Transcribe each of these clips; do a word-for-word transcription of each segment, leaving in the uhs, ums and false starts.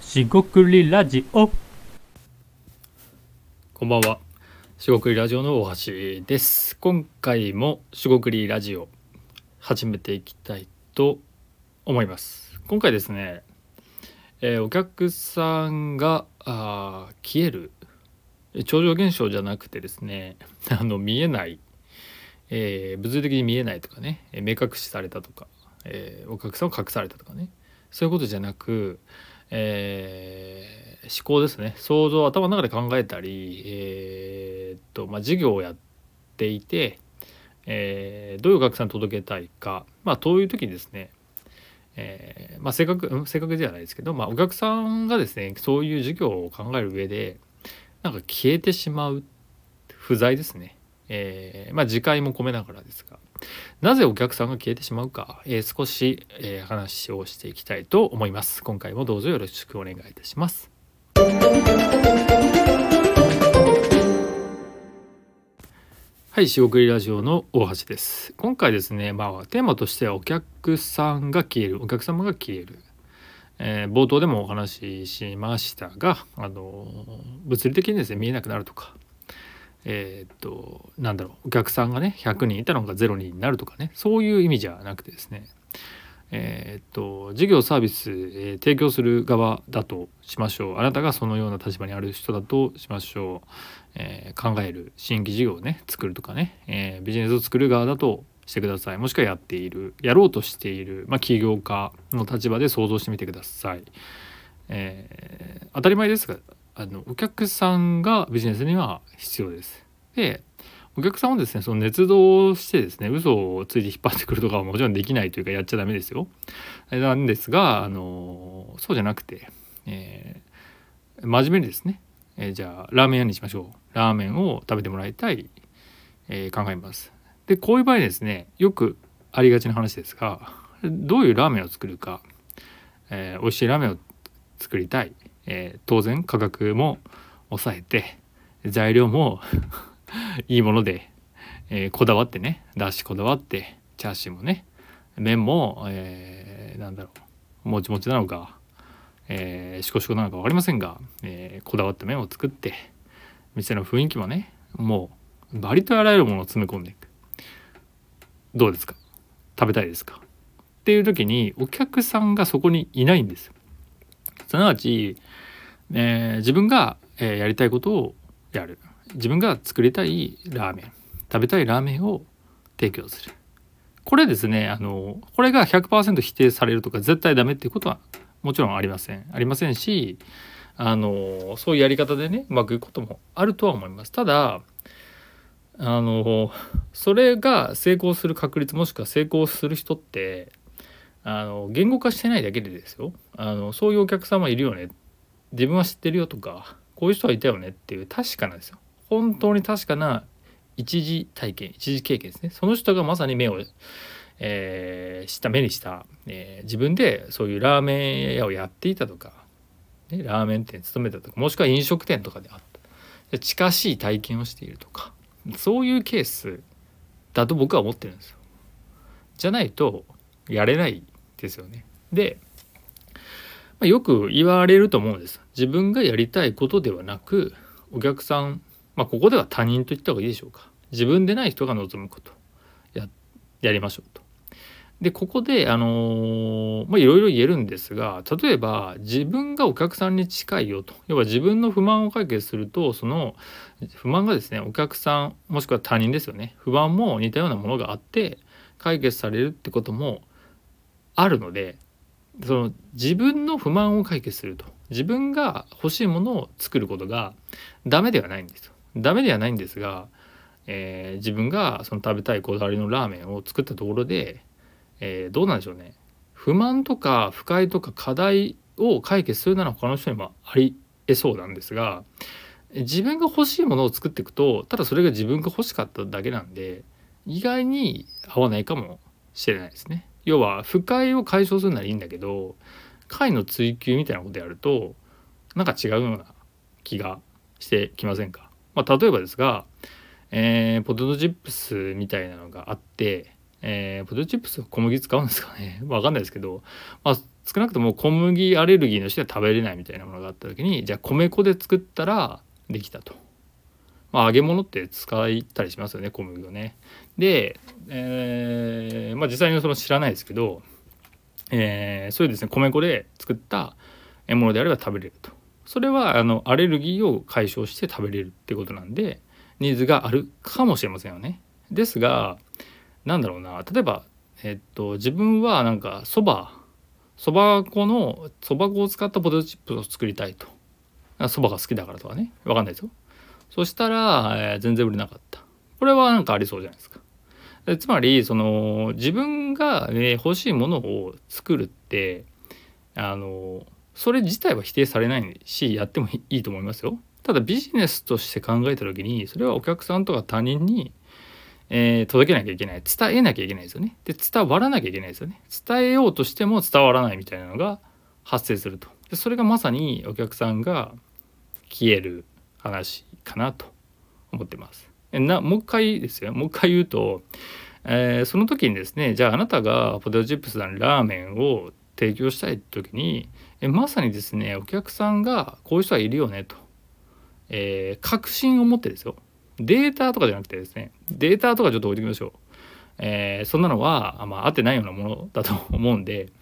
しごくりラジオ。 こんばんは。しごくりラジオの大橋です。今回もしごくりラジオ始めていきたいと思います。今回ですね、えーお客さんがあー消える超常現象じゃなくてですね、あの見えない、えー物理的に見えないとかね、目隠しされたとか、えーお客さんを隠されたとかね、そういうことじゃなく、えー思考ですね、想像を頭の中で考えたり、えーっとまあ、事業をやっていて、えーどういうお客さんに届けたいか、まあそういう時にですね、えーまあ、正確うん正確ではないですけど、まあ、お客さんがですねそういう事業を考える上でなんか消えてしまう不在ですね、えーまあ次回も込めながらですが、なぜお客さんが消えてしまうか、えー少し、えー話をしていきたいと思います。今回もどうぞよろしくお願いいたします。はい、しごくりラジオの大橋です。今回ですね、まあテーマとしてはお客さんが消える、お客様が消える、えー冒頭でもお話ししましたが、あの物理的にですね見えなくなるとか、えーっとなんだろう、お客さんがねひゃくにんいたのがゼロにんになるとかね、そういう意味じゃなくてですね、えーっと事業サービス、えー提供する側だとしましょう。あなたがそのような立場にある人だとしましょう。えー考える新規事業をね作るとかね、えービジネスを作る側だとしてください。もしくはやっている、やろうとしている、まあ、起業家の立場で想像してみてください。えー当たり前ですが、あのお客さんがビジネスには必要です。でお客さんをですねその捏造してですね嘘をついて引っ張ってくるとかはもちろんできないというかやっちゃダメですよ。なんですが、あのそうじゃなくて、えー真面目にですね、えーじゃあラーメン屋にしましょう。ラーメンを食べてもらいたい、えー考えます。でこういう場合ですね、よくありがちな話ですが、どういうラーメンを作るか、えー美味しいラーメンを作りたい、えー当然価格も抑えて材料もいいもので、えーこだわってね、だしこだわってチャーシューもね、麺も、えーなんだろう、もちもちなのか、えー、しこしこなのか分かりませんが、えーこだわった麺を作って、店の雰囲気もねもうバリとあらゆるものを詰め込んでいく。どうですか、食べたいですかっていう時にお客さんがそこにいないんです。すなわち、えー自分が、えーやりたいことをやる、自分が作りたいラーメン、食べたいラーメンを提供する。これですね、あのこれが ひゃくパーセント 否定されるとか絶対ダメっていうことはもちろんありませんありませんし、あのそういうやり方でねうまくいくこともあるとは思います。ただあのそれが成功する確率、もしくは成功する人ってあの言語化してないだけでですよ、あのそういうお客様いるよね、自分は知ってるよとか、こういう人はいたよねっていう確かなんですよ。本当に確かな一時体験、一時経験ですね。その人がまさに目を、えー、した目にした、えー自分でそういうラーメン屋をやっていたとか、ね、ラーメン店に勤めたとか、もしくは飲食店とかであった、近しい体験をしているとか、そういうケースだと僕は思ってるんですよ。じゃないとやれないですよね。で、まあ、よく言われると思うんです。自分がやりたいことではなく、お客さん、まあここでは他人と言った方がいいでしょうか。自分でない人が望むことややりましょうと。でここであのまあいろいろ言えるんですが、例えば自分がお客さんに近いよと、要は自分の不満を解決すると、その不満がですねお客さんもしくは他人ですよね、不満も似たようなものがあって解決されるってこともあるので、その自分の不満を解決すると、自分が欲しいものを作ることがダメではないんですよ。ダメではないんですが、えー自分がその食べたいこだわりのラーメンを作ったところで、えーどうなんでしょうね、不満とか不快とか課題を解決するなら他の人にもありえそうなんですが、自分が欲しいものを作っていくと、ただそれが自分が欲しかっただけなんで意外に合わないかもしれないですね。要は不快を解消するならいいんだけど、快の追求みたいなことやるとなんか違うような気がしてきませんか。まあ、例えばですが、えーポテトチップスみたいなのがあって、えーポテトチップスは小麦使うんですかねわかんないですけど、まあ、 少なくとも小麦アレルギーの人は食べれないみたいなものがあった時に、じゃあ米粉で作ったらできたと。まあ、揚げ物って使ったりしますよね、小麦をね。で、えーまあ、実際にその知らないですけど、えー、そういうですね米粉で作ったものであれば食べれると。それはあのアレルギーを解消して食べれるってことなんでニーズがあるかもしれませんよね。ですがなんだろうな、例えば、えっと、自分はなんかそばそば粉のそば粉を使ったポテトチップを作りたいと。そばが好きだからとかね、わかんないですよ。そしたら、えー、全然売れなかった。これはなんかありそうじゃないですか。つまりその自分が、ね、欲しいものを作るってあのそれ自体は否定されないしやってもいいと思いますよ。ただビジネスとして考えた時にそれはお客さんとか他人に、えー、届けなきゃいけない、伝えなきゃいけないですよね。で伝わらなきゃいけないですよね。伝えようとしても伝わらないみたいなのが発生すると。でそれがまさにお客さんが消える話かなと思ってます。なもう一回ですよもう一回言うと、えー、その時にですね、じゃああなたがポテトチップスなりラーメンを提供したい時にえまさにですねお客さんがこういう人がいるよねと、えー、確信を持ってですよ、データとかじゃなくてですね、データとかちょっと置いておきましょう、えー、そんなのは、まあ、合ってないようなものだと思うんで、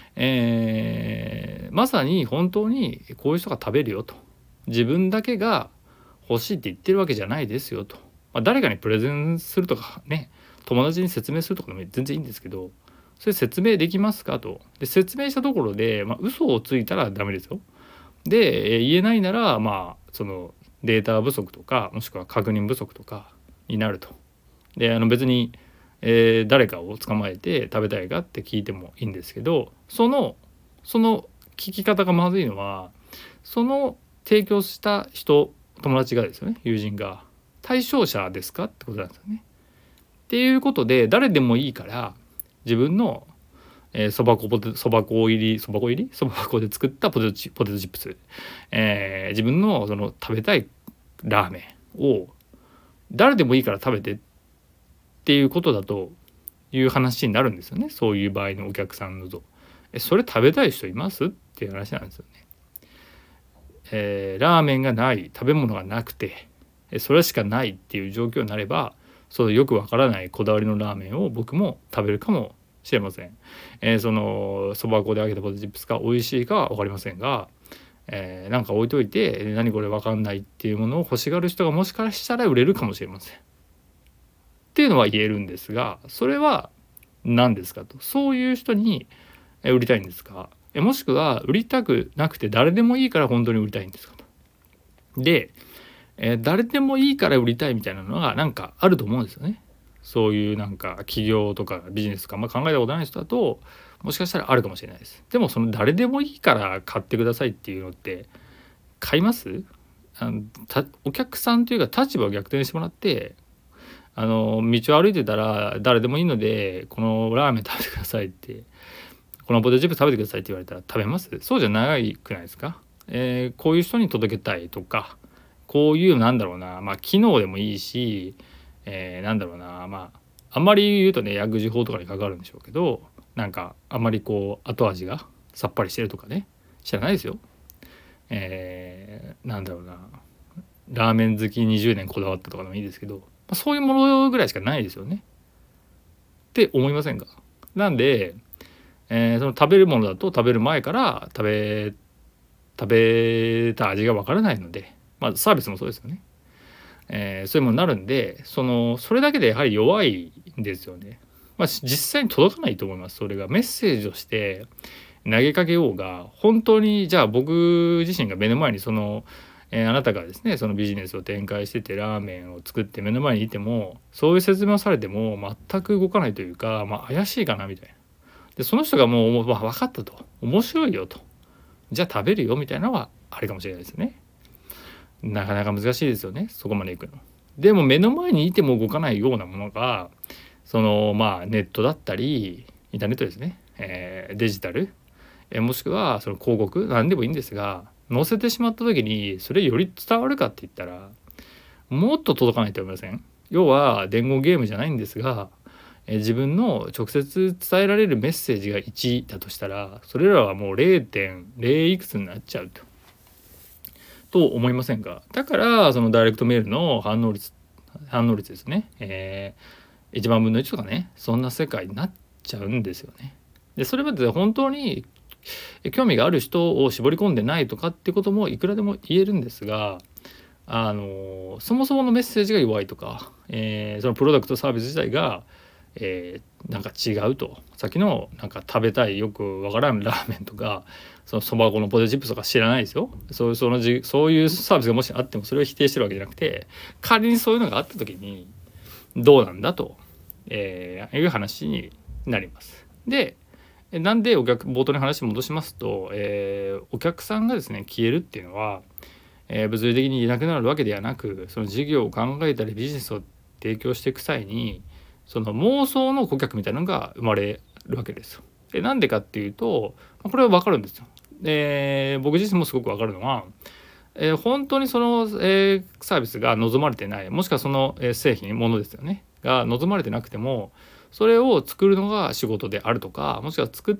えー、まさに本当にこういう人が食べるよと、自分だけが欲しいって言ってるわけじゃないですよと、まあ、誰かにプレゼンするとかね、友達に説明するとかでも全然いいんですけど、それ説明できますかと。で説明したところで、まあ、嘘をついたらダメですよ。で言えないならまあそのデータ不足とかもしくは確認不足とかになると。であの別に、えー、誰かを捕まえて食べたいかって聞いてもいいんですけど、そのその聞き方がまずいのはその提供した人、友達がですよね、友人が対象者ですかってことなんですよね。っていうことで誰でもいいから自分のそば粉そば粉入りそば粉入りそば粉で作ったポテトチポテトチップス、えー、自分のその食べたいラーメンを誰でもいいから食べてっていうことだという話になるんですよね。そういう場合のお客さんのとえそれ食べたい人いますっていう話なんですよね。えー、ラーメンがない、食べ物がなくてそれしかないっていう状況になれば、そうよくわからないこだわりのラーメンを僕も食べるかもしれません。えー、そのそば粉で揚げたポテトチップスが美味しいかは分かりませんが、えー、なんか置いといて何これ分かんないっていうものを欲しがる人がもしかしたら売れるかもしれませんっていうのは言えるんですが、それは何ですかと。そういう人に売りたいんですか、えもしくは売りたくなくて誰でもいいから本当に売りたいんですかと。で、えー、誰でもいいから売りたいみたいなのがなんかあると思うんですよね。そういうなんか企業とかビジネスとか、まあ、考えたことない人だともしかしたらあるかもしれないです。でもその誰でもいいから買ってくださいっていうのって買います？あのたお客さんというか立場を逆転してもらって、あの道を歩いてたら誰でもいいのでこのラーメン食べてくださいって、このポテトチップ食べてくださいって言われたら食べます？そうじゃないくないですか。えー、こういう人に届けたいとか、こういうなんだろうな、まあ機能でもいいし、えー、なんだろうな、まああんまり言うとね薬事法とかにかかるんでしょうけど、なんかあんまりこう後味がさっぱりしてるとかね、知らないですよ。えー、なんだろうな、ラーメン好きにじゅうねんこだわったとかでもいいですけど、まあ、そういうものぐらいしかないですよねって思いませんか。なんで、えー、その食べるものだと食べる前から食べ食べた味がわからないので、まあサービスもそうですよね。えー、そういうものになるんで、そのそれだけでやはり弱いんですよね。まあ実際に届かないと思います。それがメッセージとして投げかけようが、本当にじゃあ僕自身が目の前にその、えー、あなたがですねそのビジネスを展開しててラーメンを作って目の前にいてもそういう説明をされても全く動かないというか、まあ怪しいかなみたいな。でその人がもう、まあ、分かったと、面白いよと、じゃあ食べるよみたいなのはあれかもしれないですね。なかなか難しいですよね、そこまでいくの。でも目の前にいても動かないようなものがそのまあネットだったりインターネットですね、えー、デジタル、えー、もしくはその広告何でもいいんですが載せてしまった時にそれより伝わるかって言ったらもっと届かないと思いません？要は伝言ゲームじゃないんですが、 えー自分の直接伝えられるメッセージがいちだとしたら、それらはもう れいてんれい いくつになっちゃうとと思いませんか。だからそのダイレクトメールの反応率反応率ですね、えー、いちまんぶんのいちとかね、そんな世界になっちゃうんですよね。でそれまで本当に興味がある人を絞り込んでないとかってこともいくらでも言えるんですが、あのそもそものメッセージが弱いとか、えーそのプロダクトサービス自体が、えーなんか違うと、さっきのなんか食べたいよくわからんラーメンとか、そのそば粉のポテトチップスとか知らないですよ。そういうそのじそういうサービスがもしあってもそれを否定してるわけじゃなくて、仮にそういうのがあった時にどうなんだと、えーいう話になります。でなんでお客冒頭に話戻しますと、えーお客さんがですね消えるっていうのは、えー物理的にいなくなるわけではなく、その事業を考えたりビジネスを提供していく際にその妄想の顧客みたいなのが生まれるわけですよ。でなんでかっていうとこれは分かるんですよ。で僕自身もすごく分かるのは、えー本当にその、えーサービスが望まれてない、もしくはその、えー製品ものですよねが望まれてなくても、それを作るのが仕事であるとか、もしくは作って、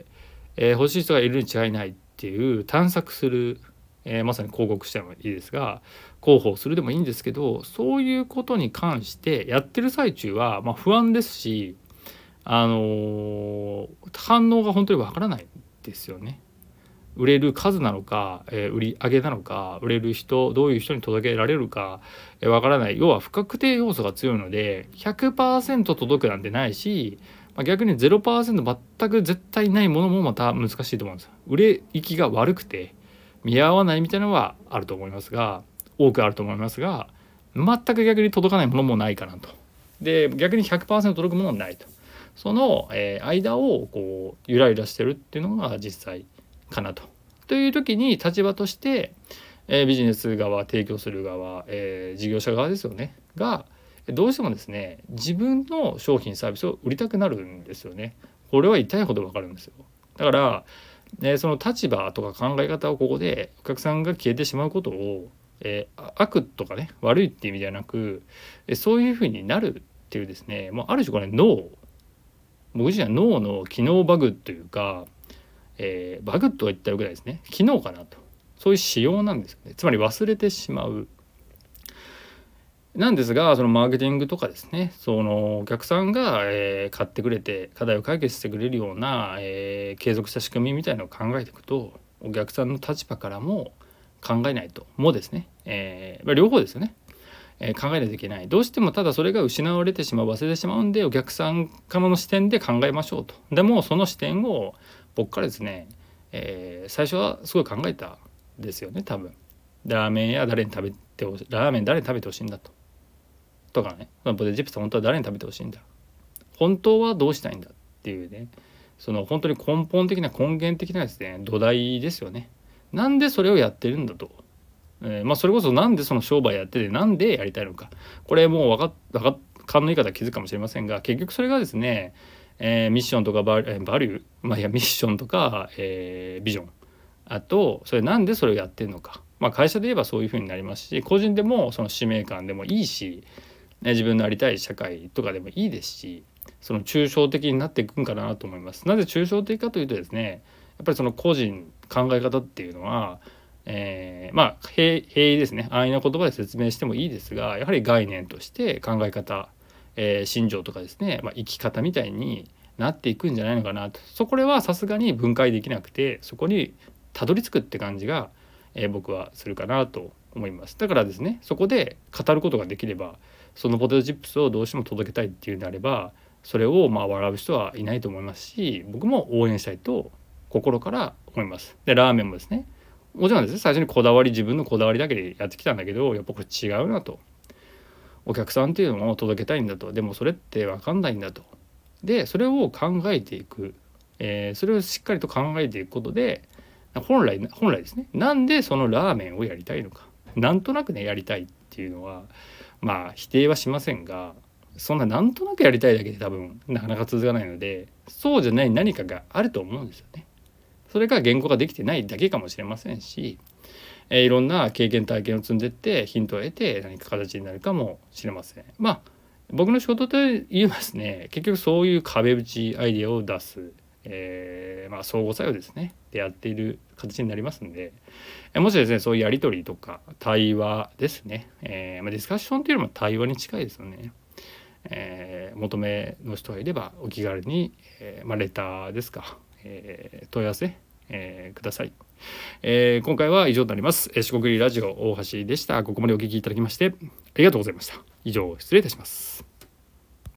えー欲しい人がいるに違いないっていう探索する、えーまさに広告してもいいですが広報するでもいいんですけど、そういうことに関してやってる最中は、まあ、不安ですし、あのー反応が本当にわからないんですよね。売れる数なのか、えー売り上げなのか、売れる人どういう人に届けられるかえーわからない。要は不確定要素が強いので ひゃくパーセント 届くなんてないし、まあ、逆に ゼロパーセント 全く絶対ないものもまた難しいと思うんですよ。売れ行きが悪くて見合わないみたいなのはあると思いますが、多くあると思いますが、全く逆に届かないものもないかなと。で逆に ひゃくパーセント 届くものもないと。その、えー間をこうゆらゆらしてるっていうのが実際かなと。という時に立場として、えービジネス側提供する側、えー事業者側ですよねがどうしてもですね自分の商品サービスを売りたくなるんですよね。これは痛いほどわかるんですよ。だからえーその立場とか考え方をここでお客さんが消えてしまうことを、えー悪とかね悪いっていう意味ではなく、えーそういうふうになるっていうですね、もうある種これ脳僕自身は脳の機能バグというか、えーバグとは言ったらぐらいですね、機能かなと、そういう仕様なんですよね。つまり忘れてしまうなんですが、そのマーケティングとかですね、そのお客さんが、えー買ってくれて課題を解決してくれるような、えー継続した仕組みみたいなのを考えていくと、お客さんの立場からも考えないともですね、えーまあ、両方ですよね、えー考えないといけない。どうしてもただそれが失われてしまう、忘れてしまうんで、お客さんからの視点で考えましょうと。でもその視点を僕からですね、えー最初はすごい考えたんですよね。多分ラーメンや誰に食べてほしい、ラーメン誰に食べてほしいんだととかね、ポテトチップス本当は誰に食べてほしいんだ、本当はどうしたいんだっていうね、その本当に根本的な根源的なですね土台ですよね。なんでそれをやってるんだと、えーまあそれこそなんでその商売やっててなんでやりたいのか、これもう分かっ分かっ勘のいい方は気づくかもしれませんが、結局それがですね、えーミッションとかバリ、えーバリュー、まあいやミッションとか、えービジョン、あとそれなんでそれをやってるのか、まあ会社で言えばそういうふうになりますし、個人でもその使命感でもいいし、ね、自分のありたい社会とかでもいいですし、その抽象的になっていくんかなと思います。なぜ抽象的かというとですね、やっぱりその個人考え方っていうのは、えー、まあ平易ですね、安易な言葉で説明してもいいですが、やはり概念として考え方、えー、心情とかですね、まあ、生き方みたいになっていくんじゃないのかなと。そこではさすがに分解できなくて、そこにたどり着くって感じが、えー、僕はするかなと思います。だからですね、そこで語ることができれば、そのポテトチップスをどうしても届けたいっていうんであれば、それをまあ笑う人はいないと思いますし、僕も応援したいと心から思います。でラーメンもですね、もちろんですね、最初にこだわり、自分のこだわりだけでやってきたんだけど、やっぱこれ違うなと、お客さんっていうのを届けたいんだと、でもそれって分かんないんだと、でそれを考えていく、えー、それをしっかりと考えていくことで、本来本来ですね、なんでそのラーメンをやりたいのか、なんとなくねやりたいっていうのはまあ否定はしませんが、そんななんとなくやりたいだけで多分なかなか続かないので、そうじゃない何かがあると思うんですよね。それが言語ができてないだけかもしれませんし、えーいろんな経験体験を積んでってヒントを得て何か形になるかもしれません。まあ僕の仕事といえばですね、結局そういう壁打ちアイデアを出す、えーまあ、相互作用ですねでやっている形になりますんで、もしですねそういうやり取りとか対話ですね、えーまあ、ディスカッションというよりも対話に近いですよね。えー、求めの人がいればお気軽に、えーまあ、レターですか、えー、問い合わせ、えー、ください。えー、今回は以上となります。四国リラジオ大橋でした。ここまでお聞きいただきましてありがとうございました。以上失礼いたします。